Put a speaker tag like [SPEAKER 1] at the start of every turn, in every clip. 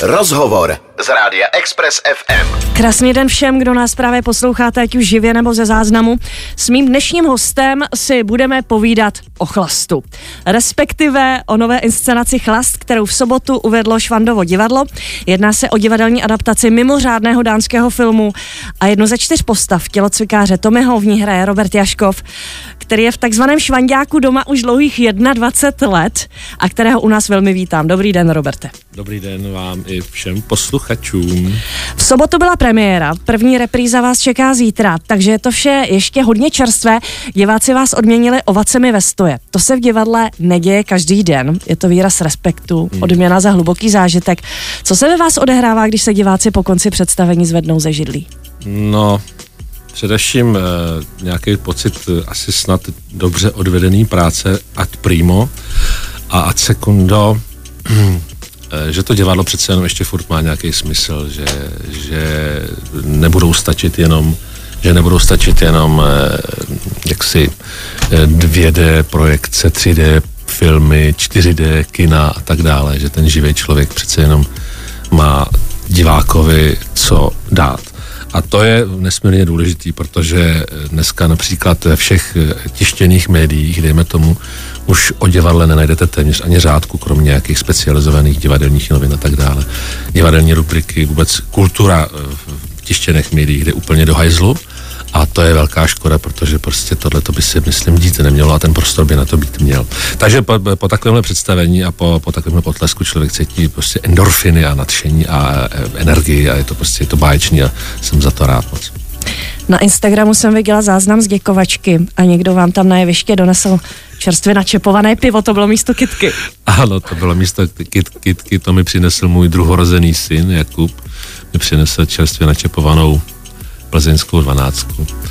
[SPEAKER 1] Rozhovor z Rádia Express FM.
[SPEAKER 2] Krásný den všem, kdo nás právě posloucháte, ať už živě nebo ze záznamu. S mým dnešním hostem si budeme povídat o chlastu. Respektive o nové inscenaci Chlast, kterou v sobotu uvedlo Švandovo divadlo. Jedná se o divadelní adaptaci mimořádného dánského filmu a jednu ze 4 postav tělocvikáře Tomiho v ní hraje Robert Jaškov, který je v takzvaném Švanďáku doma už dlouhých 21 let a kterého u nás velmi vítám. Dobrý den, Roberte.
[SPEAKER 3] Dobrý den vám i všem posluchačům.
[SPEAKER 2] V sobotu byla premiéra, první repríza vás čeká zítra, takže je to vše ještě hodně čerstvé. Diváci vás odměnili ovacemi ve stoje. To se v divadle neděje každý den, je to výraz respektu, odměna za hluboký zážitek. Co se ve vás odehrává, když se diváci po konci představení zvednou ze židlí?
[SPEAKER 3] No, především nějaký pocit asi snad dobře odvedený práce ad primo a ad secundo, že to divadlo přece jenom ještě furt má nějaký smysl, že nebudou stačit jenom jaksi 2D projekce, 3D filmy, 4D kina a tak dále, že ten živý člověk přece jenom má divákovi co dát. A to je nesmírně důležitý, protože dneska například ve všech tištěných médiích, dejme tomu, už o divadle nenajdete téměř ani řádku, kromě nějakých specializovaných divadelních novin a tak dále. Divadelní rubriky, vůbec kultura v tištěných médiích jde úplně do hajzlu a to je velká škoda, protože prostě tohleto by si, myslím, dít nemělo a ten prostor by na to být měl. Takže po takovémhle představení a po takovémhle potlesku člověk cítí prostě endorfiny a nadšení a energii a je to báječný a jsem za to rád moc.
[SPEAKER 2] Na Instagramu jsem viděla záznam z děkovačky a někdo vám tam na jeviště donesl čerstvě načepované pivo, to bylo místo kytky.
[SPEAKER 3] Ano, to bylo místo kytky, to mi přinesl můj druhorozený syn Jakub, mi přinesl čerstvě načepovanou plzeňskou 12.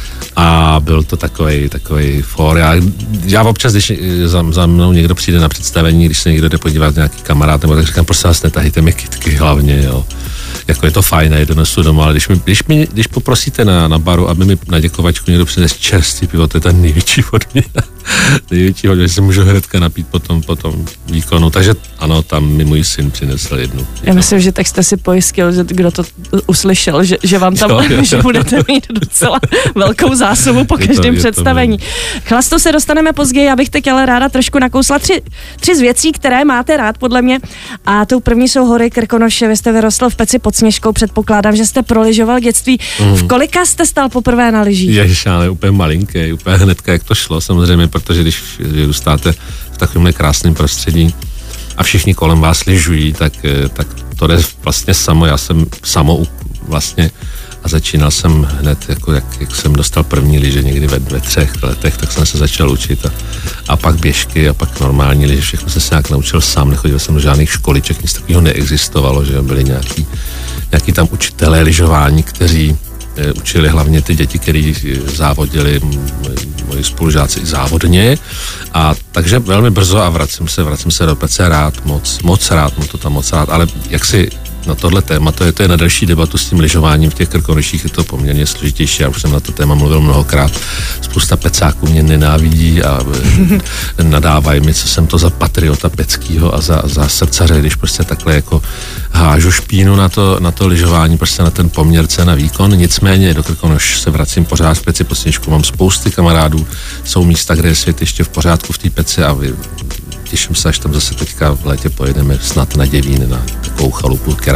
[SPEAKER 3] A byl to takový fór. Já občas, když za mnou někdo přijde na představení, když se někdo jde podívat nějaký kamarád, nebo tak říkám, prosím vás, netahejte mi kytky hlavně, jo. Jako je to fajn, je donesu doma, ale když poprosíte na baru, aby mi na děkovačku někdo přines čerstvý pivo, to je ten největší odměna. Největší odměna, že si můžu hnedka napít po tom výkonu. Takže ano, tam mi můj syn přinesl jednu.
[SPEAKER 2] Já myslím, že tak jste si pojistil, že kdo to uslyšel, že vám tam, že budete mít docela velkou zásobu po každém představení. Chlastu se dostaneme později, abych teď ale ráda trošku nakousla 3 z věcí, které máte rád podle mě. A tou první jsou hory Krkonoše. Vy jste vyrostl v Peci pod Sněžkou, předpokládám, že jste prolyžoval dětství. V kolika jste stal poprvé na lyžích?
[SPEAKER 3] Ježiš, ale úplně malinký, úplně hnedka, jak to šlo, samozřejmě, protože když vyrůstáte v takovémhle krásném prostředí a všichni kolem vás lyžují, tak to jde vlastně samo. Já jsem vlastně a začínal jsem hned, jako jak jsem dostal první lyže někdy ve 3 letech, tak jsem se začal učit a pak běžky a pak normální lyže, všechno jsem se nějak naučil sám, nechodil jsem do žádných školiček, nic takového neexistovalo, že byli nějaký tam učitelé lyžování, kteří učili hlavně ty děti, kteří závodili, moji spolužáci i závodně a takže velmi brzo a vracím se do Pece rád, moc rád, ale jak si na tohle téma, to je na další debatu s tím lyžováním v těch Krkonoších, je to poměrně složitější, já už jsem na to téma mluvil mnohokrát, spousta pecáků mě nenávidí a nadávají mi, co jsem to za patriota peckýho a za srdcaře, když prostě takhle jako hážu špínu na to lyžování, prostě na ten poměr cena výkon, nicméně do Krkonoš se vracím pořád v Peci pod Sněžkou, mám spousty kamarádů, jsou místa, kde je svět ještě v pořádku v té Peci a těším se, až tam zase teďka v létě pojedeme snad na Děvín, na takovou chalupu, která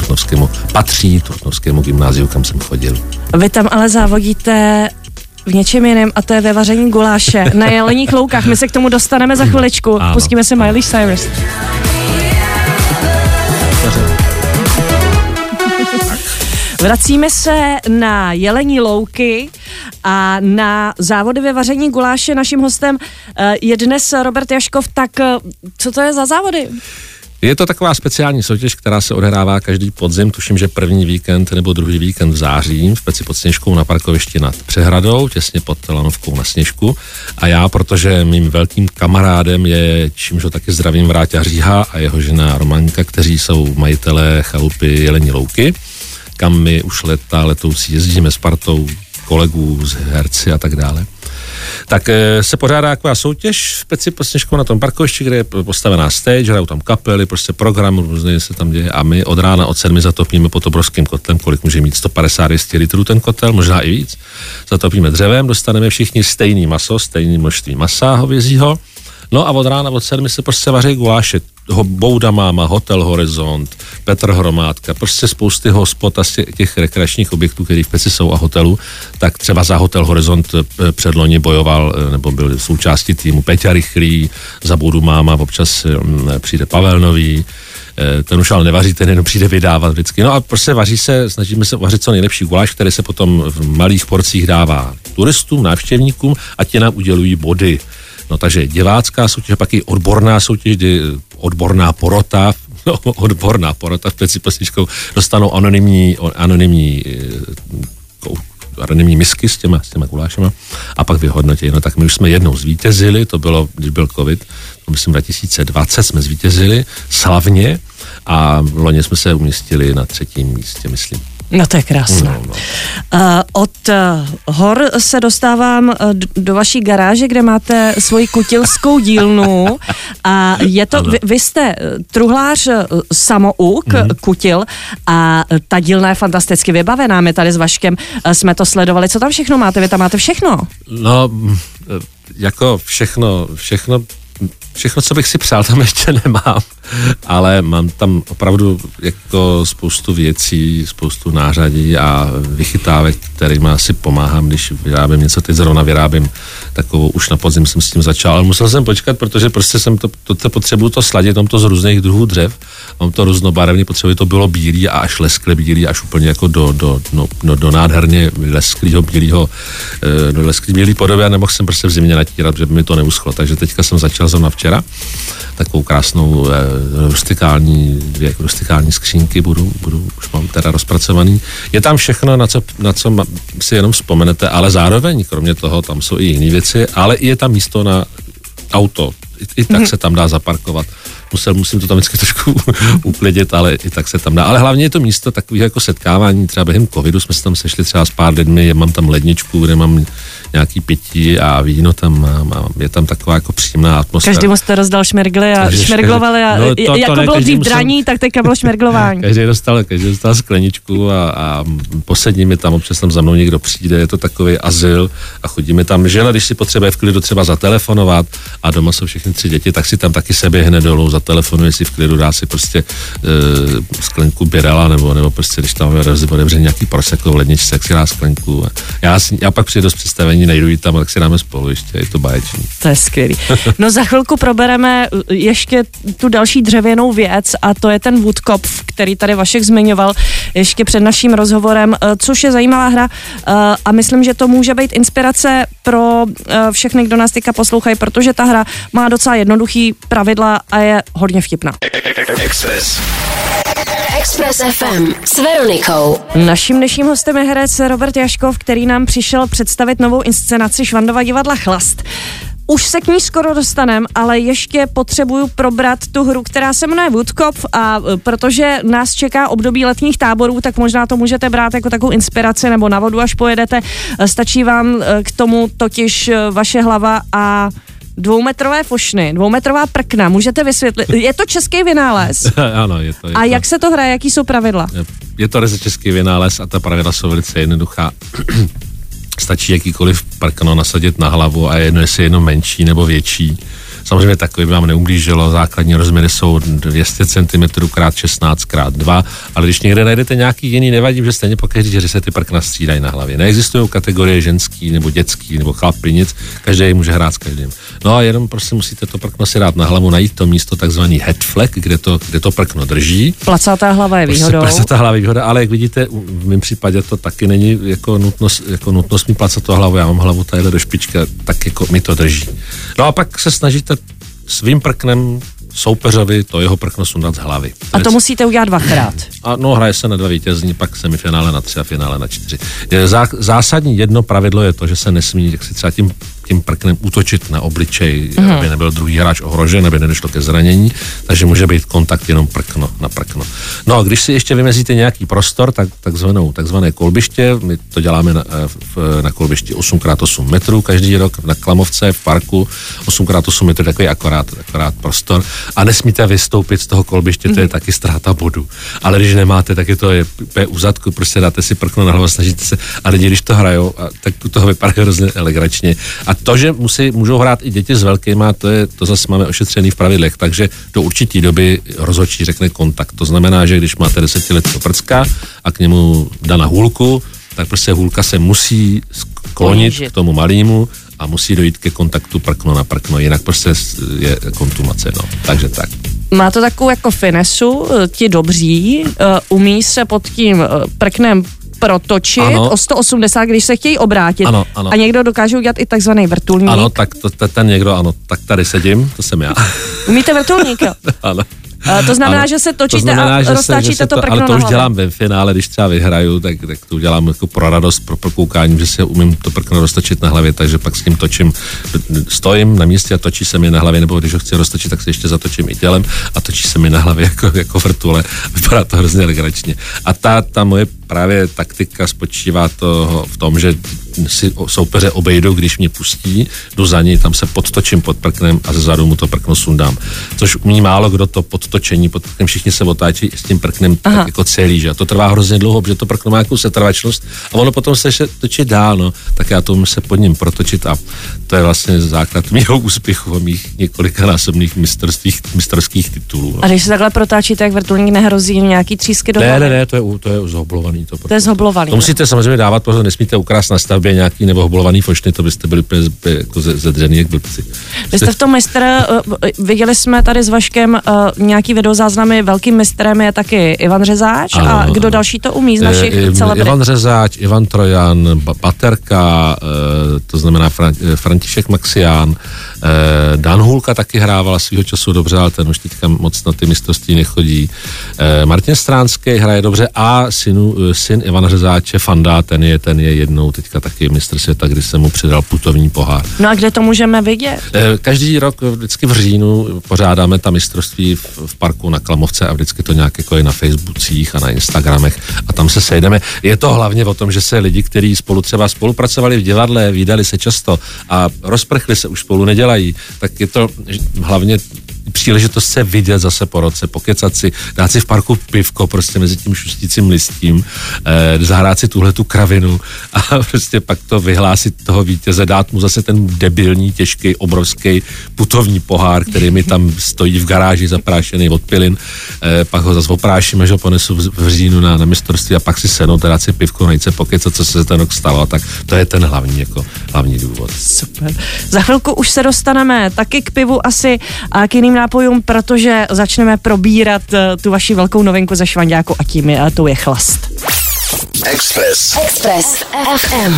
[SPEAKER 3] patří Trutnovskému gymnáziu, kam jsem chodil.
[SPEAKER 2] Vy tam ale závodíte v něčem jiném a to je ve vaření guláše na Jeleních loukách. My se k tomu dostaneme za chviličku.
[SPEAKER 3] Ano,
[SPEAKER 2] pustíme se Miley Cyrus. Vracíme se na Jelení louky a na závody ve vaření guláše. Naším hostem je dnes Robert Jaškov. Tak co to je za závody?
[SPEAKER 3] Je to taková speciální soutěž, která se odehrává každý podzim, tuším, že první víkend nebo druhý víkend v září v Peci pod Sněžkou na parkovišti nad Přehradou, těsně pod Lanovkou na Sněžku. A já, protože mým velkým kamarádem je, čímž ho taky zdravím, Vráťa Říha a jeho žena Romanka, kteří jsou majitelé chalupy Jelení louky, kam my už letoucí jezdíme s partou kolegů, s herci a tak dále. tak se pořádá taková soutěž v Peci pod Sněžkou na tom parkovišti, kde je postavená stage, hrajou tam kapely, prostě program, různě se tam děje a my od rána od 7 zatopíme pod obrovským kotlem, kolik může mít 150-200 litrů ten kotel, možná i víc. Zatopíme dřevem, dostaneme všichni stejný maso, stejný množství masa hovězího. No a od rána od 7 se prostě vaří guláše. Bouda Máma, Hotel Horizont, Petr Hromádka, prostě spousty hospod a těch rekreačních objektů, které v Peci jsou a hotelů, tak třeba za Hotel Horizont předloni bojoval, nebo byl součástí týmu Peťa Rychlý, za Boudu Máma občas přijde Pavel Nový, ten už ale nevaří, ten jenom přijde vydávat vždycky. No a prostě snažíme se vařit co nejlepší guláš, který se potom v malých porcích dává turistům, návštěvníkům a ti nám udělují body. No takže divácká soutěž, pak i odborná soutěž, kdy odborná porota v Peci pod Sněžkou dostanou anonymní misky s těma gulášema a pak vyhodnotí. No tak my už jsme jednou zvítězili, to bylo, když byl covid, to myslím 2020 jsme zvítězili slavně a loni jsme se umístili na 3. místě, myslím.
[SPEAKER 2] No to je krásné. No. Od hor se dostávám do vaší garáže, kde máte svoji kutilskou dílnu a je to, vy jste truhlář samouk, kutil a ta dílna je fantasticky vybavená. My tady s Vaškem jsme to sledovali. Co tam všechno máte? Vy tam máte všechno?
[SPEAKER 3] No, jako všechno, co bych si přál, tam ještě nemám, ale mám tam opravdu jako spoustu věcí, spoustu nářadí a vychytávek, kterými si pomáhám, když vyrábím něco. Teď zrovna vyrábím takovou, už na podzim jsem s tím začal, ale musel jsem počkat, protože prostě jsem to potřebuju to sladit, mám to z různých druhů dřev, mám to různobarevně, potřebuji to bylo bílý a až lesklé bílý, až úplně jako do nádherně lesklého bílý podoby a nemohl jsem prostě v zimě natírat, protože by mi to neuschlo, takže teďka jsem začal zrovna včera takovou krásnou rustikální skřínky už mám teda rozpracovaný. Je tam všechno, na co si jenom vzpomenete, ale zároveň, kromě toho, tam jsou i jiné věci, ale i je tam místo na auto. I tak se tam dá zaparkovat. Musím to tam vždycky trošku uklidit, ale i tak se tam dá. Ale hlavně je to místo takového jako setkávání, třeba během covidu jsme se tam sešli třeba s pár lidmi, mám tam ledničku, kde mám nějaký pití a víno tam mám, je tam taková jako příjemná atmosféra.
[SPEAKER 2] Každému jste rozdal šmergly a šmerglovali a jako bylo dřív draní, tak teďka bylo šmerglování.
[SPEAKER 3] Každý dostal skleničku a posední mi tam, občas tam za mnou někdo přijde, je to takový azyl a chodíme tam. Žena, když si potřebuje v klidu třeba zatelefonovat a doma jsou všechny 3 děti, tak si tam taky sebe hned dolů, zatelefonuje si v klidu, dá si prostě sklenku birela nebo prostě, když tam odevře nějaký prosecco v ledničce, tak si dá sklenku. Já pak přijdu z představení, najdu ji tam, tak si dáme spolu ještě, je to báječný.
[SPEAKER 2] To je skvělý. No za chvilku probereme ještě tu další dřevěnou věc a to je ten Woodkopf, který tady Vašek zmiňoval ještě před naším rozhovorem, což je zajímavá hra a myslím, že to může být inspirace pro všechny, kdo nás teďka poslouchají, protože ta hra má docela jednoduchý pravidla a je hodně vtipná.
[SPEAKER 4] Express FM s Veronikou.
[SPEAKER 2] Naším dnešním hostem je herec Robert Jaškov, který nám přišel představit novou inscenaci Švandova divadla Chlast. Už se k ní skoro dostanem, ale ještě potřebuju probrat tu hru, která se jmenuje Woodkopf a protože nás čeká období letních táborů, tak možná to můžete brát jako takovou inspiraci nebo na vodu, až pojedete. Stačí vám k tomu totiž vaše hlava a 2metrové fošny, 2metrová prkna, můžete vysvětlit. Je to český vynález?
[SPEAKER 3] Ano, je to.
[SPEAKER 2] A jak se to hraje, jaký jsou pravidla?
[SPEAKER 3] Je to český vynález a ta pravidla jsou velice jednoduchá. Stačí jakýkoliv prkno nasadit na hlavu a jedno, jestli je menší nebo větší. Samozřejmě takový by vám neublížilo, základní rozměry jsou 200 cm x 16 x 2, ale když někde najdete nějaký jiný, nevadí, že stejně pokaždé, že se ty prkna střídají na hlavě. Neexistují kategorie ženský nebo dětský nebo chlapy, nic, každý může hrát s každým. No a jenom prostě musíte to prkno si dát na hlavu, najít to místo takzvaný head flag, kde to prkno drží.
[SPEAKER 2] Placatá hlava je výhodou.
[SPEAKER 3] Placatá hlava je výhoda, ale jak vidíte, v mém případě to taky není jako nutnost mít placatou hlavu, já mám hlavu tadyhle do špičky, tak jako mi to drží. No a pak se snažíte svým prknem soupeřovi to jeho prkno sundat z hlavy.
[SPEAKER 2] A to musíte udělat 2krát.
[SPEAKER 3] No, hraje se na 2 vítězní, pak semifinále na 3 a finále na 4. Zásadní jedno pravidlo je to, že se nesmí, jak si třeba tím prknem útočit na obličej, aby nebyl druhý hráč ohrožen, aby nedošlo ke zranění, takže může být kontakt jenom prkno na prkno. No, když si ještě vymezíte nějaký prostor, takzvané kolbiště, my to děláme na kolbišti 8x8 metrů každý rok na Klamovce v parku, 8x8 metrů, takový akorát prostor a nesmíte vystoupit z toho kolbiště, to je taky ztráta bodu. Ale když nemáte, tak je to u zadku, prostě dáte si prkno na hlavu, snažíte se, a lidi, když to hrajou, tak u toho vypadá hrozně elegračně. A to, že můžou hrát i děti s velkýma, to zase máme ošetřený v pravidlech, takže do určitý doby rozhodčí řekne kontakt. To znamená, že když máte 10letého prcka a k němu dá na hůlku, tak prostě hůlka se musí sklonit k tomu malému a musí dojít ke kontaktu prkno na prkno, jinak prostě je kontumace, no. Takže tak.
[SPEAKER 2] Má to takovou jako finesu, ti dobří, umí se pod tím prknem protočit o 180, když se chtějí obrátit. Ano. A někdo dokáže udělat i takzvaný vrtulník. Ano,
[SPEAKER 3] tak ten někdo, ano, tak tady sedím, to jsem já.
[SPEAKER 2] Umíte vrtulník, jo?
[SPEAKER 3] Ano.
[SPEAKER 2] To znamená, že se točíte a roztáčíte to prkno na
[SPEAKER 3] ale to už
[SPEAKER 2] hlavě.
[SPEAKER 3] dělám ve finále, když třeba vyhraju, tak to udělám jako pro radost, pro prokoukání, že si umím to prkno roztočit na hlavě, takže pak s tím točím, stojím na místě a točí se mi na hlavě, nebo když ho chci roztočit, tak si ještě zatočím i tělem a točí se mi na hlavě jako vrtule. Vypadá to hrozně legračně. A ta moje právě taktika spočívá v tom, že si soupeře obejdou, když mě pustí, jdu za ní, tam se podtočím pod prknem a zezadu mu to prkno sundám. Což umí málo kdo to podtočení, pod prknem všichni se otáčí s tím prknem tak jako celý, že? A to trvá hrozně dlouho, protože to prkno má nějakou setrvačnost a ono potom se ještě točí dál, no. Tak já to musím se pod ním protočit a to je vlastně základ mého úspěchu a mých několikanásobných mistrovských titulů. No.
[SPEAKER 2] A když se takhle protáčíte, jak vrtulník, nehrozí nějaký třísky do hlavy?
[SPEAKER 3] Ne, to je zhoblovaný.
[SPEAKER 2] To je zhoblovaný.
[SPEAKER 3] To musíte samozřejmě dávat pozor, nesmíte ukrást na stavbě nějaký nebo hoblovaný fošny, to byste byli jako zedřený jak blbci.
[SPEAKER 2] Vy jste v tom mistr, viděli jsme tady s Vaškem nějaký videozáznamy, velkým mistrem je taky Ivan Řezáč a kdo další to umí z našich celebrit?
[SPEAKER 3] Ivan Řezáč, Ivan Trojan, Baterka, to znamená František Maxián, Dan Hůlka taky hrával svýho času dobře, ale ten už teďka moc na ty mistrovství nechodí. Martin Stránský hraje dobře a syn Ivana Řezáče, Fanda, ten je jednou teďka taky mistr světa, kdy se mu předal putovní pohár.
[SPEAKER 2] No a kde to můžeme vidět?
[SPEAKER 3] Každý rok, vždycky v říjnu, pořádáme ta mistrovství v parku na Klamovce a vždycky to nějak jako je na Facebookích a na Instagramech a tam se sejdeme. Je to hlavně o tom, že se lidi, kteří třeba spolupracovali v divadle, vídali se často a rozprchli se, už spolu nedělají, tak je to hlavně příležitost se vidět zase po roce, pokecat si, dát si v parku pivko prostě mezi tím šustícím listím, zahrát si tuhletu kravinu a prostě pak to vyhlásit toho vítěze, dát mu zase ten debilní, těžký, obrovský putovní pohár, který mi tam stojí v garáži zaprášený od pilin, pak ho zase oprášíme, že ho ponesu v říjnu na mistrovství a pak si sednout, dát si pivko, najít se pokecat, co se ten rok stalo, tak to je ten hlavní důvod.
[SPEAKER 2] Super. Za chvilku už se dostaneme taky k pivu asi a k jiným nápojům, protože začneme probírat tu vaši velkou novinku ze Švanďáku a tím je, to je chlast.
[SPEAKER 1] Express
[SPEAKER 4] FM.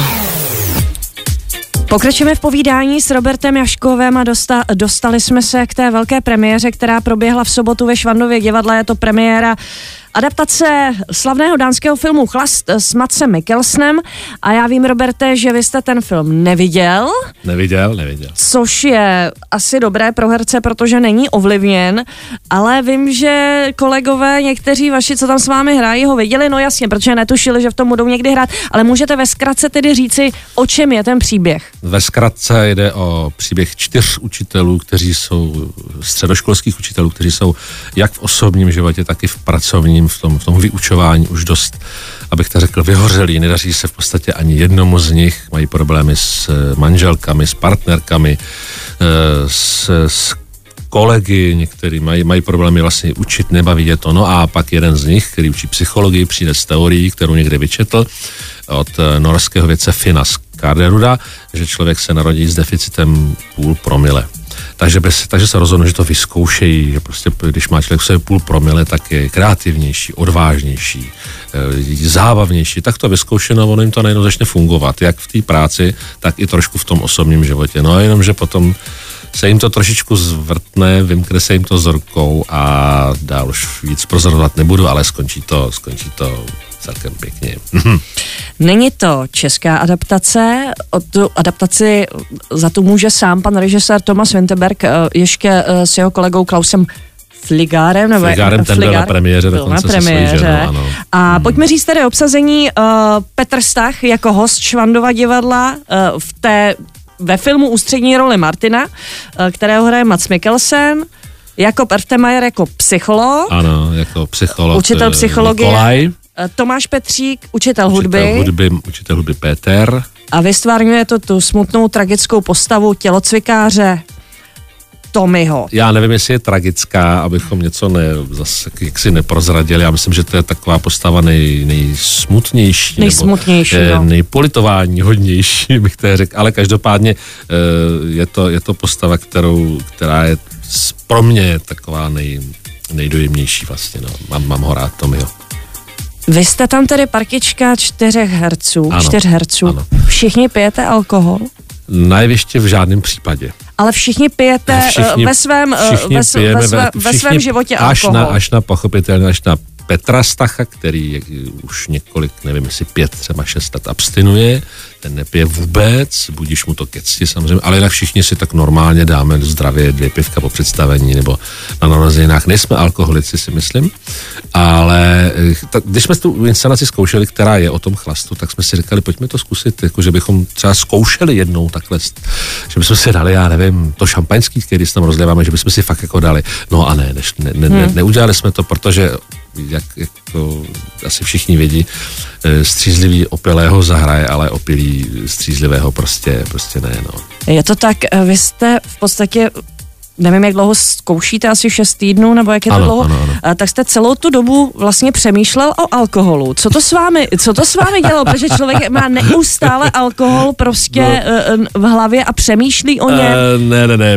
[SPEAKER 2] Pokračujeme v povídání s Robertem Jaškovem a dostali jsme se k té velké premiéře, která proběhla v sobotu ve Švandově divadle. Je to premiéra adaptace slavného dánského filmu Chlast s Madsem Mikkelsenem a já vím, Roberte, že vy jste ten film neviděl.
[SPEAKER 3] Neviděl.
[SPEAKER 2] Což je asi dobré pro herce, protože není ovlivněn, ale vím, že kolegové, někteří vaši, co tam s vámi hrají, ho viděli, no jasně, protože netušili, že v tom budou někdy hrát, ale můžete ve zkratce tedy říci, o čem je ten příběh?
[SPEAKER 3] Ve zkratce jde o příběh 4 učitelů, kteří jsou středoškolských učitelů, kteří jsou jak v osobním životě, tak i v pracovním, v tom vyučování už dost, abych to řekl, vyhořelí. Nedaří se v podstatě ani jednomu z nich. Mají problémy s manželkami, s partnerkami, s kolegy, někteří mají problémy vlastně učit, nebaví je to. No a pak jeden z nich, který učí psychologii, přijde s teorií, kterou někde vyčetl od norského vědce Fina Skarderuda, že člověk se narodí s deficitem 0,5 promile. Takže se rozhodnou, že to vyzkoušejí, že prostě když má člověk v sobě 0,5 promile, tak je kreativnější, odvážnější, zábavnější, tak to vyzkoušeno, ono jim to najednou začne fungovat, jak v té práci, tak i trošku v tom osobním životě. No a jenom, že potom se jim to trošičku zvrtne, vymkne se jim to z rukou a dál už víc prozorovat nebudu, ale skončí to celkem pěkně.
[SPEAKER 2] Není to česká adaptace, o tu adaptaci za tu může sám pan režisér Thomas Vinterberg ještě s jeho kolegou Klausem Fligárem, nebo
[SPEAKER 3] Fligárem, ten byl na premiéře dokonce se svojí ženou, ano.
[SPEAKER 2] A pojďme říct tedy obsazení. Petr Stach jako host Švandova divadla ve filmu ústřední roli Martina, kterého hraje Mads Mikkelsen, Jakob Erftemajer jako psycholog.
[SPEAKER 3] Ano, jako psycholog.
[SPEAKER 2] Učitel psychologie.
[SPEAKER 3] Nikolaj.
[SPEAKER 2] Tomáš Petřík, učitel hudby.
[SPEAKER 3] Učitel hudby Péter.
[SPEAKER 2] A vystvárňuje to tu smutnou tragickou postavu tělocvikáře Tommyho.
[SPEAKER 3] Já nevím, jestli je tragická, abychom něco zase jaksi neprozradili. Já myslím, že to je taková postava nejsmutnější.
[SPEAKER 2] Nejsmutnější,
[SPEAKER 3] nebo nejpolitování hodnější, bych to řekl. Ale každopádně je to postava, která je pro mě taková nejdojemnější vlastně. No. Mám ho rád, Tommyho.
[SPEAKER 2] Vy jste tam tedy partička 4 herců.
[SPEAKER 3] Ano.
[SPEAKER 2] Všichni pijete alkohol?
[SPEAKER 3] Na jeviště v žádném případě.
[SPEAKER 2] Ale všichni pijete ve svém životě alkohol.
[SPEAKER 3] Až na pochopitelně, až na Petra Stacha, který už několik, nevím jestli 5, třeba 6 let abstinuje, ten nepije vůbec, budíš mu to ke cti samozřejmě, ale jinak všichni si tak normálně dáme zdravě 2 pivka po představení nebo na narozeninách. Nejsme alkoholici, si myslím, ale když jsme tu inscenaci zkoušeli, která je o tom chlastu, tak jsme si říkali, pojďme to zkusit, jako že bychom třeba zkoušeli jednou takhle, že bychom si dali, já nevím, to šampaňský, který se tam rozléváme, že bychom si fakt jako dali. No a neudělali jsme to, protože jak jako asi všichni vědí, střízlivý opilého zahraje, ale opilý střízlivého prostě ne, no.
[SPEAKER 2] Je to tak, vy jste v podstatě, nevím, jak dlouho zkoušíte, asi 6 týdnů, nebo jak je to dlouho, ano. Tak jste celou tu dobu vlastně přemýšlel o alkoholu. Co to s vámi dělalo? Protože člověk má neustále alkohol prostě v hlavě a přemýšlí o něm.
[SPEAKER 3] Ne,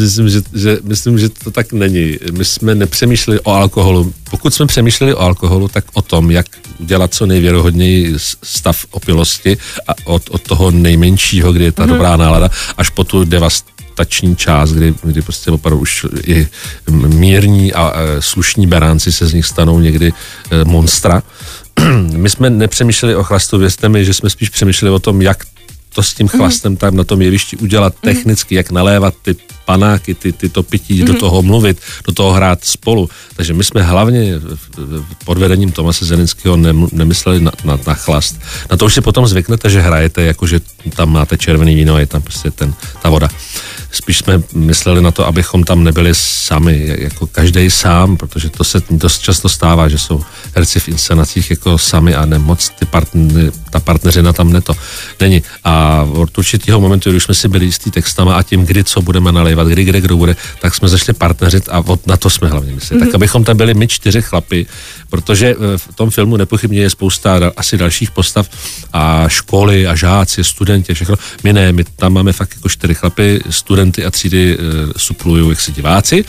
[SPEAKER 3] myslím, že to tak není. My jsme nepřemýšleli o alkoholu. Pokud jsme přemýšleli o alkoholu, tak o tom, jak udělat co nejvěrohodněji stav opilosti a od toho nejmenšího, kdy je ta dobrá nálada, až po tu devastační část, kdy prostě opravdu už i mírní a slušní beránci se z nich stanou někdy monstra. My jsme nepřemýšleli o chlastu, věřte mi, že jsme spíš přemýšleli o tom, jak to s tím chlastem tam na tom jevišti udělat technicky, jak nalévat ty panáky, to pití, do toho mluvit, do toho hrát spolu. Takže my jsme hlavně pod vedením Tomase Zelinského nemysleli na chlast. Na to už si potom zvyknete, že hrajete, jakože tam máte červený víno a je tam prostě ta voda. Spíš jsme mysleli na to, abychom tam nebyli sami, jako každej sám, protože to se dost často stává, že jsou herci v inscenacích jako sami a nemoc ta partneřina tam není. A od určitého momentu, když jsme si byli jistý textama a tím, kdy co budeme nalévat, kdo bude, tak jsme začali partneřit a na to jsme hlavně mysleli. Tak abychom tam byli my 4 chlapi, protože v tom filmu nepochybně je spousta asi dalších postav a školy a žáci, studenti a všechno. My ne, my tam máme fakt jako 4 chlapy, studenty a třídy suplují jaksi diváci.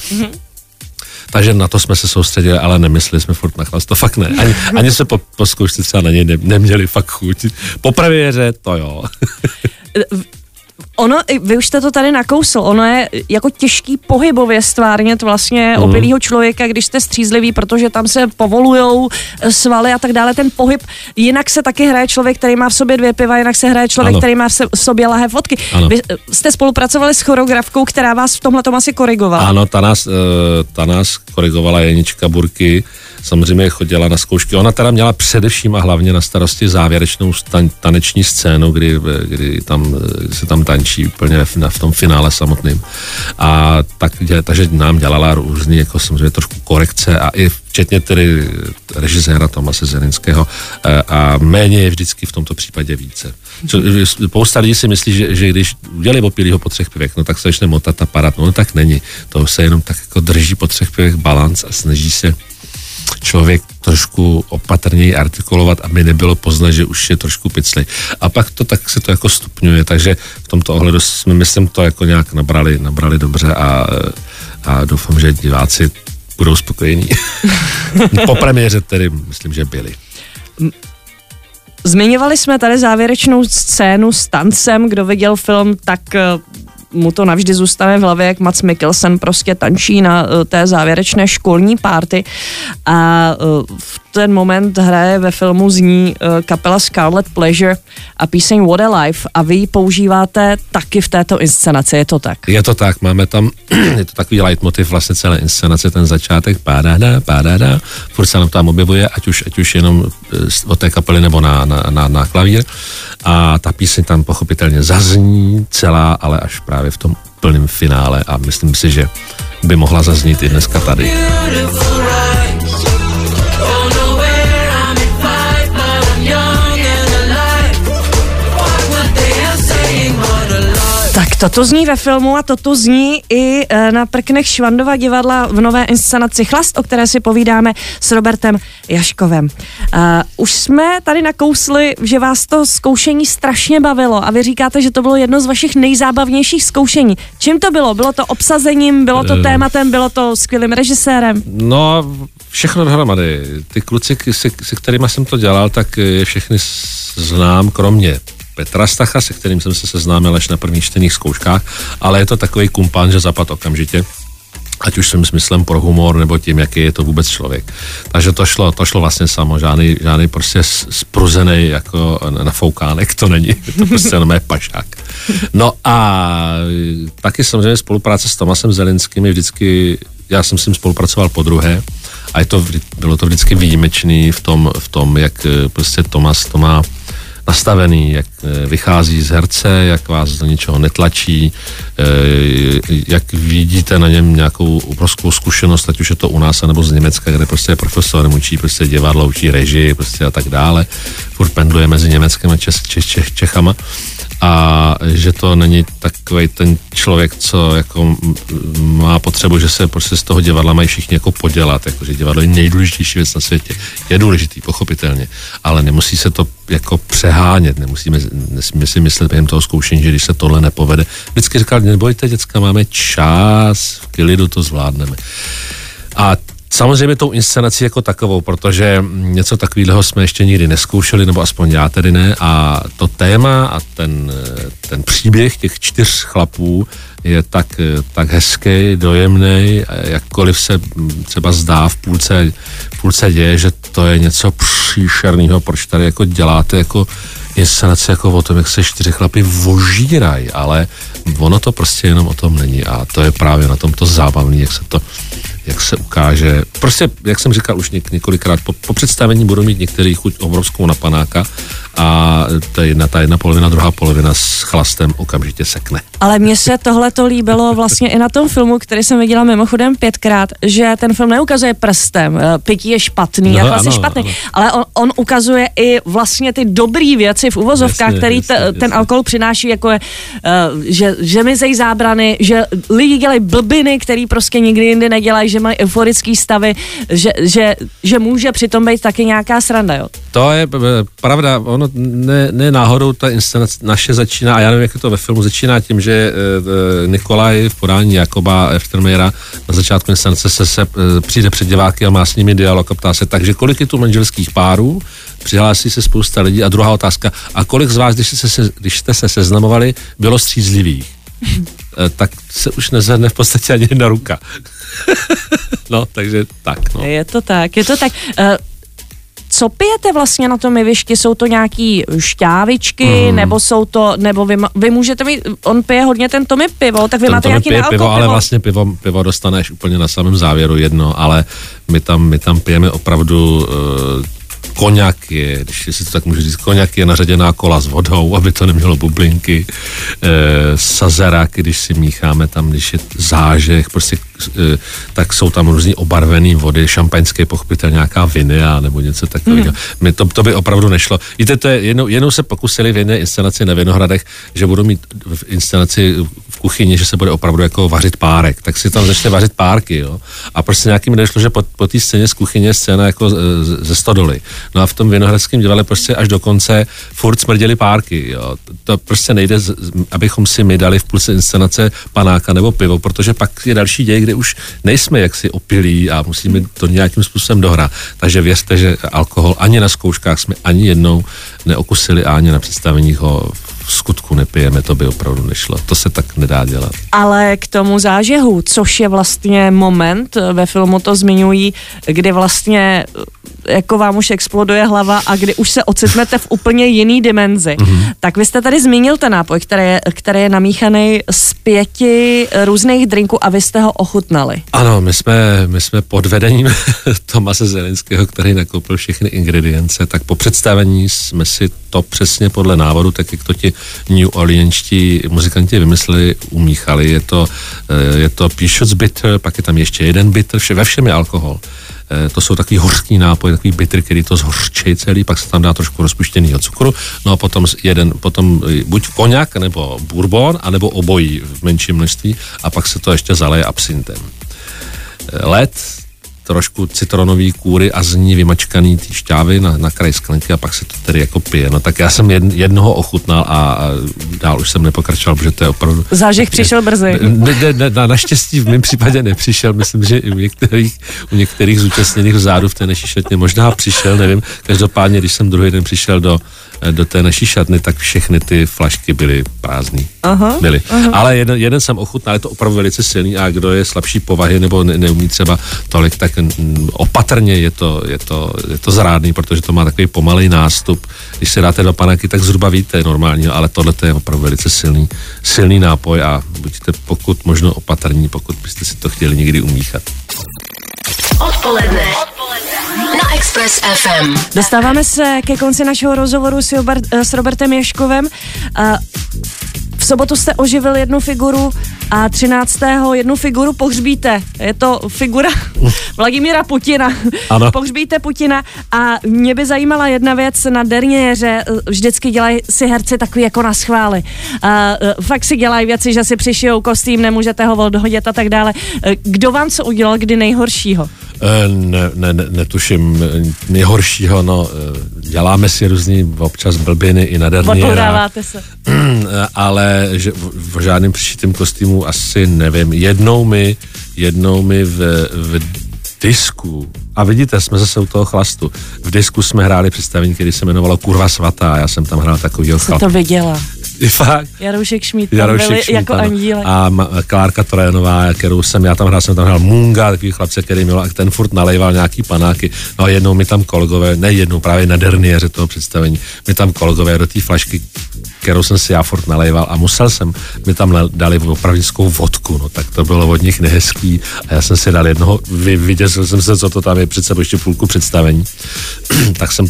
[SPEAKER 3] Takže na to jsme se soustředili, ale nemysleli jsme furt na chlast, to fakt ne. Ani se po zkoušce třeba na něj neměli fakt chuť. Po premiéře to jo.
[SPEAKER 2] Vy už jste to tady nakousl, ono je jako těžký pohybově stvárnět vlastně opilýho člověka, když jste střízlivý, protože tam se povolujou svaly a tak dále, ten pohyb. Jinak se taky hraje člověk, který má v sobě 2 piva, jinak se hraje člověk, který má v sobě lahé vodky. Vy jste spolupracovali s choreografkou, která vás v tomhle tom asi korigovala. Ano,
[SPEAKER 3] ta nás korigovala Jenička Burky, samozřejmě chodila na zkoušky. Ona teda měla především a hlavně na starosti závěrečnou taneční scénu, kdy se tam tančí úplně v tom finále samotným. A takže nám dělala různý, jako samozřejmě trošku korekce a i včetně tedy režiséra Tomase Zelinského a méně je vždycky v tomto případě více. Spousta lidí si myslí, že když udělali opilýho po 3 pivech, no tak se začne motat a padat. No tak není. To se jenom tak jako drží po 3 pivech balanc a snaží se člověk trošku opatrněji artikulovat, aby nebylo poznat, že už je trošku piclej. A pak tak se to jako stupňuje, takže v tomto ohledu jsme, myslím, to jako nějak nabrali dobře a doufám, že diváci budou spokojení. Po premiéře tedy myslím, že byli.
[SPEAKER 2] Zmiňovali jsme tady závěrečnou scénu s tancem, kdo viděl film, tak mu to navždy zůstane v hlavě, jak Mads Mikkelsen prostě tančí na té závěrečné školní party a v ten moment hraje ve filmu z ní kapela Scarlet Pleasure a píseň What a Life a vy ji používáte taky v této inscenaci, je to tak?
[SPEAKER 3] Je to tak, máme tam, je to takový leitmotiv vlastně celé inscenace, ten začátek, pádada, furt se nám tam objevuje, ať už jenom od té kapely nebo na klavír a ta píseň tam pochopitelně zazní celá, ale až právě v tom plném finále a myslím si, že by mohla zaznít i dneska tady.
[SPEAKER 2] Tak toto zní ve filmu a toto zní i na prknech Švandova divadla v nové inscenaci Chlast, o které si povídáme s Robertem Jaškovem. Už jsme tady nakousli, že vás to zkoušení strašně bavilo a vy říkáte, že to bylo jedno z vašich nejzábavnějších zkoušení. Čím to bylo? Bylo to obsazením, bylo to tématem, bylo to skvělým režisérem?
[SPEAKER 3] No, všechno dohromady. Ty kluci, se kterými jsem to dělal, tak je všechny znám, kromě Petra Stacha, se kterým jsem se seznámil až na prvních čtených zkouškách, ale je to takový kumpán, že zapad okamžitě, ať už svým smyslem pro humor, nebo tím, jaký je to vůbec člověk. Takže to šlo vlastně samo, žádný prostě spruzený jako nafoukánek to není, to prostě jenom je pašák. No a taky samozřejmě spolupráce s Tomasem Zelinským je vždycky, já jsem s ním spolupracoval podruhé a bylo to vždycky výjimečný v tom, jak prostě Tomas to má nastavený, jak vychází z herce, jak vás do ničeho netlačí, jak vidíte na něm nějakou obrovskou zkušenost, ať už je to u nás, nebo z Německa, kde prostě je profesorem, učí prostě divadlo, učí režii prostě a tak dále. Furt pendluje mezi Německem a Čechama. A že to není takovej ten člověk, co jako má potřebu, že se prostě z toho divadla mají všichni jako podělat, jakože divadlo je nejdůležitější věc na světě. Je důležitý, pochopitelně, ale nemusí se to jako přehánět, nesmíme si myslet během toho zkoušení, že když se tohle nepovede. Vždycky říkal, nebojte, děcka, máme čas, v klidu to zvládneme. A samozřejmě tou inscenací jako takovou, protože něco takového jsme ještě nikdy neskoušeli, nebo aspoň já tedy ne, a to téma a ten příběh těch 4 chlapů je tak hezký, dojemný, jakkoliv se třeba zdá v půlce děje, že to je něco příšerného, proč tady jako děláte jako inscenace jako o tom, jak se 4 chlapy vožírají, ale ono to prostě jenom o tom není a to je právě na tomto zábavný, jak se ukáže. Prostě, jak jsem říkal už několikrát, po představení budou mít některý chuť obrovskou na panáka a ta jedna polovina, druhá polovina s chlastem okamžitě sekne.
[SPEAKER 2] Ale mně se tohleto líbilo vlastně i na tom filmu, který jsem viděla mimochodem 5krát, že ten film neukazuje prstem, pití je špatný a chlast je špatný, ano. Ale on ukazuje i vlastně ty dobrý věci v uvozovkách, jasně, který ten alkohol přináší, jako je, že mizejí zábrany, že lidi dělají blbiny, který prostě nikdy jindy nedělají, že mají euforický stavy, že může přitom být taky nějaká sranda, jo?
[SPEAKER 3] To je pravda, ono ne náhodou ta inscenace naše začíná, a já nevím, jak je to ve filmu, začíná tím, že Nikolaj v podání Jakoba Eftermejera na začátku inscenace se přijde před diváky a má s nimi dialog a ptá se, takže kolik je tu manželských párů, přihlásí se spousta lidí a druhá otázka, a kolik z vás, když jste se seznamovali, bylo střízlivých? Tak se už nezvedne v podstatě ani jedna ruka. No, takže tak, no.
[SPEAKER 2] Je to tak. Co pijete vlastně na tom jevišti? Jsou to nějaký šťávičky, nebo jsou to, nebo vy můžete mít, on pije hodně ten Tommy pivo, tak vy máte nějaký
[SPEAKER 3] pivo, pivo, ale vlastně pivo dostaneš úplně na samém závěru jedno, ale my tam pijeme opravdu koňak je, když si to tak můžu říct, koňak je naředěná kola s vodou, aby to nemělo bublinky, sazerák, když si mícháme tam, když je zážeh, prostě, tak jsou tam různý obarvený vody, šampaňské pochopitelně nějaká vinia nebo něco takového. To by opravdu nešlo. Víte, to je, jednou se pokusili v jedné inscenaci na Vinohradech, že budou mít v inscenaci v kuchyni, že se bude opravdu jako vařit párek, tak si tam začne vařit párky, jo. A prostě nějakým nešlo, že po té scéně z kuchyně je scéna jako ze stodoly. No a v tom Vinohradském divadle prostě až do konce furt smrděli párky, jo. To prostě nejde, abychom si my dali v půlce inscenace panáka nebo pivo, protože pak je další děj, kde už nejsme jaksi opilí a musíme to nějakým způsobem dohrát. Takže věřte, že alkohol ani na zkouškách jsme ani jednou neokusili a ani na představeních ho v skutku nepijeme, to by opravdu nešlo. To se tak nedá dělat.
[SPEAKER 2] Ale k tomu zážehu, což je vlastně moment, ve filmu to zmiňují, kdy vlastně jako vám už exploduje hlava a kdy už se ocitnete v úplně jiný dimenzi. Tak vy jste tady zmínil ten nápoj, který je namíchaný z 5 různých drinků a vy jste ho ochutnali.
[SPEAKER 3] Ano, my jsme pod vedením Tomase Zelinského, který nakoupil všechny ingredience, tak po představení jsme si to přesně podle návodu, tak jak to ti New Orleanští muzikanti vymysleli, umíchali. Je to Píšoc bitter, pak je tam ještě jeden bitter, ve všem je alkohol. To jsou takový hořký nápoj, takový bitter, který to zhořčí celý, pak se tam dá trošku rozpuštěnýho cukru, no a potom buď koňak, nebo bourbon, anebo obojí v menším množství a pak se to ještě zaleje absintem. Led, trošku citronový kůry a z ní vymačkaný ty šťávy na kraj sklenky a pak se to tedy jako pije. No tak já jsem jednoho ochutnal a dál už jsem nepokračoval, protože to je opravdu...
[SPEAKER 2] Zážeh přišel brzy.
[SPEAKER 3] Naštěstí v mém případě nepřišel, myslím, že i u některých zúčastněných vzadu v té naší šatně možná přišel, nevím. Každopádně, když jsem druhý den přišel do té naší šatny, tak všechny ty flašky byly prázdný. Byly. Ale jeden jsem ochutnal, je to opravdu velice silný a kdo je slabší povahy nebo neumí třeba tolik, tak opatrně je to zrádný, protože to má takový pomalej nástup. Když se dáte do panáky, tak zhruba víte normálně, ale tohle je opravdu velice silný nápoj a buďte pokud možno opatrní, pokud byste si to chtěli někdy umíchat.
[SPEAKER 4] Odpoledne na Express FM.
[SPEAKER 2] Dostáváme se ke konci našeho rozhovoru s Robertem Ježkovem. V sobotu jste oživil jednu figuru a 13. jednu figuru pohřbíte. Je to figura Vladimíra Putina.
[SPEAKER 3] Ano.
[SPEAKER 2] Pohřbíte Putina a mě by zajímala jedna věc na derniéře. Vždycky dělají si herci takový jako na schvály. Fakt si dělají věci, že si přišijou kostým, nemůžete ho odhodit a tak dále. Kdo vám co udělal kdy nejhoršího?
[SPEAKER 3] Netuším nejhoršího, no děláme si různý občas blbiny i na derniéra.
[SPEAKER 2] Odpoudáváte se.
[SPEAKER 3] Ale že v žádném přišitém kostýmu asi nevím. Jednou mi v disku, a vidíte, jsme zase u toho chlastu, v disku jsme hráli představení, který se jmenovalo Kurva svatá, já jsem tam hrál takovýho
[SPEAKER 2] chlap. Co to viděla?
[SPEAKER 3] Fakt?
[SPEAKER 2] Jaroušek Šmíd tam byli jako andílek.
[SPEAKER 3] A Klárka Trojanová, já tam hrál Munga, takový chlapce, který měl, a ten furt nalejval nějaký panáky. No a jednou mi tam kolegové, právě na derniéře toho představení, mi tam kolegové do té flašky, kterou jsem si já furt nalejval a mi tam dali opravdickou vodku, no tak to bylo od nich nehezký a já jsem si dal jednoho, vyděsil jsem se, co to tam je před sebou ještě půlku představení, tak jsem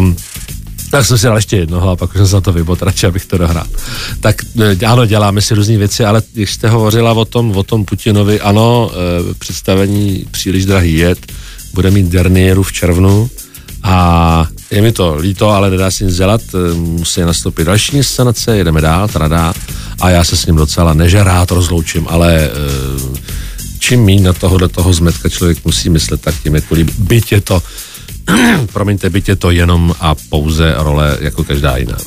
[SPEAKER 3] si dal ještě jednoho a pak už jsem se na to vybot, radši, abych to dohrál. Tak ano, děláme si různý věci, ale když jste hovořila o tom Putinovi, ano, představení Příliš drahý jed, bude mít derniéru v červnu a je mi to líto, ale nedá si nic dělat, musí nastoupit další inscenace, jedeme dál, a já se s ním docela rád rozloučím, ale čím míň na toho zmetka člověk musí myslet, tak tím jako byť je to jenom a pouze role jako každá jiná.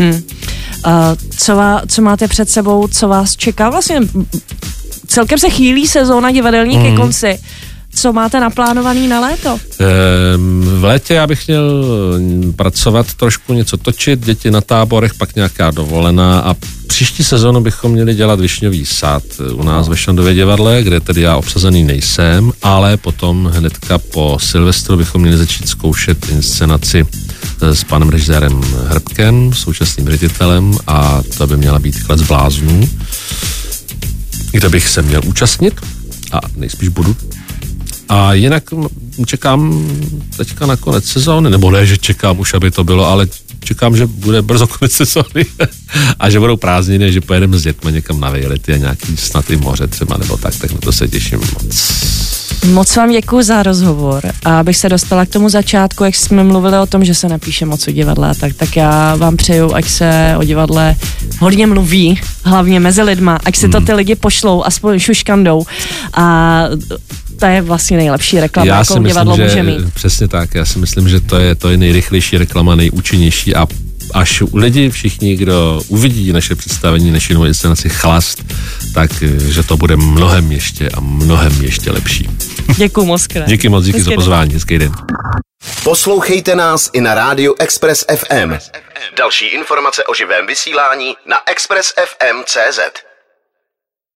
[SPEAKER 2] Co máte před sebou, co vás čeká? Vlastně celkem se chýlí sezóna divadelní ke konci. Co máte naplánovaný na léto?
[SPEAKER 3] V létě já bych měl pracovat, trošku něco točit, děti na táborech, pak nějaká dovolená a příští sezónu bychom měli dělat Višňový sad u nás ve Šandově divadle, kde tedy já obsazený nejsem, ale potom hnedka po Silvestru bychom měli začít zkoušet inscenaci s panem režisérem Hrbkem, současným ředitelem a to by měla být Klec bláznů, kde bych se měl účastnit a nejspíš budu. A jinak čekám teďka na konec sezóny, nebo ne, že čekám už, aby to bylo, ale čekám, že bude brzo konec sezóny a že budou prázdniny, že pojedeme s dětmi někam na výlety a nějaký snad i moře třeba, nebo tak na to se těším moc.
[SPEAKER 2] Moc vám děkuji za rozhovor a abych se dostala k tomu začátku, jak jsme mluvili o tom, že se nepíše moc o divadle, tak já vám přeju, ať se o divadle hodně mluví, hlavně mezi lidma, ať si to ty lidi pošlou aspoň šuškandou a to je vlastně nejlepší reklama, jakou divadlo může mít.
[SPEAKER 3] Přesně tak, já si myslím, že to je nejrychlejší reklama, nejúčinnější a až lidi všichni, kdo uvidí naše představení, naši novou inscenaci Chlast, tak že to bude mnohem ještě lepší.
[SPEAKER 2] Děkuju moc krát.
[SPEAKER 3] Díky moc, díky za pozvání, hezký den.
[SPEAKER 1] Poslouchejte nás i na rádiu Express FM. Další informace o živém vysílání na expressfm.cz.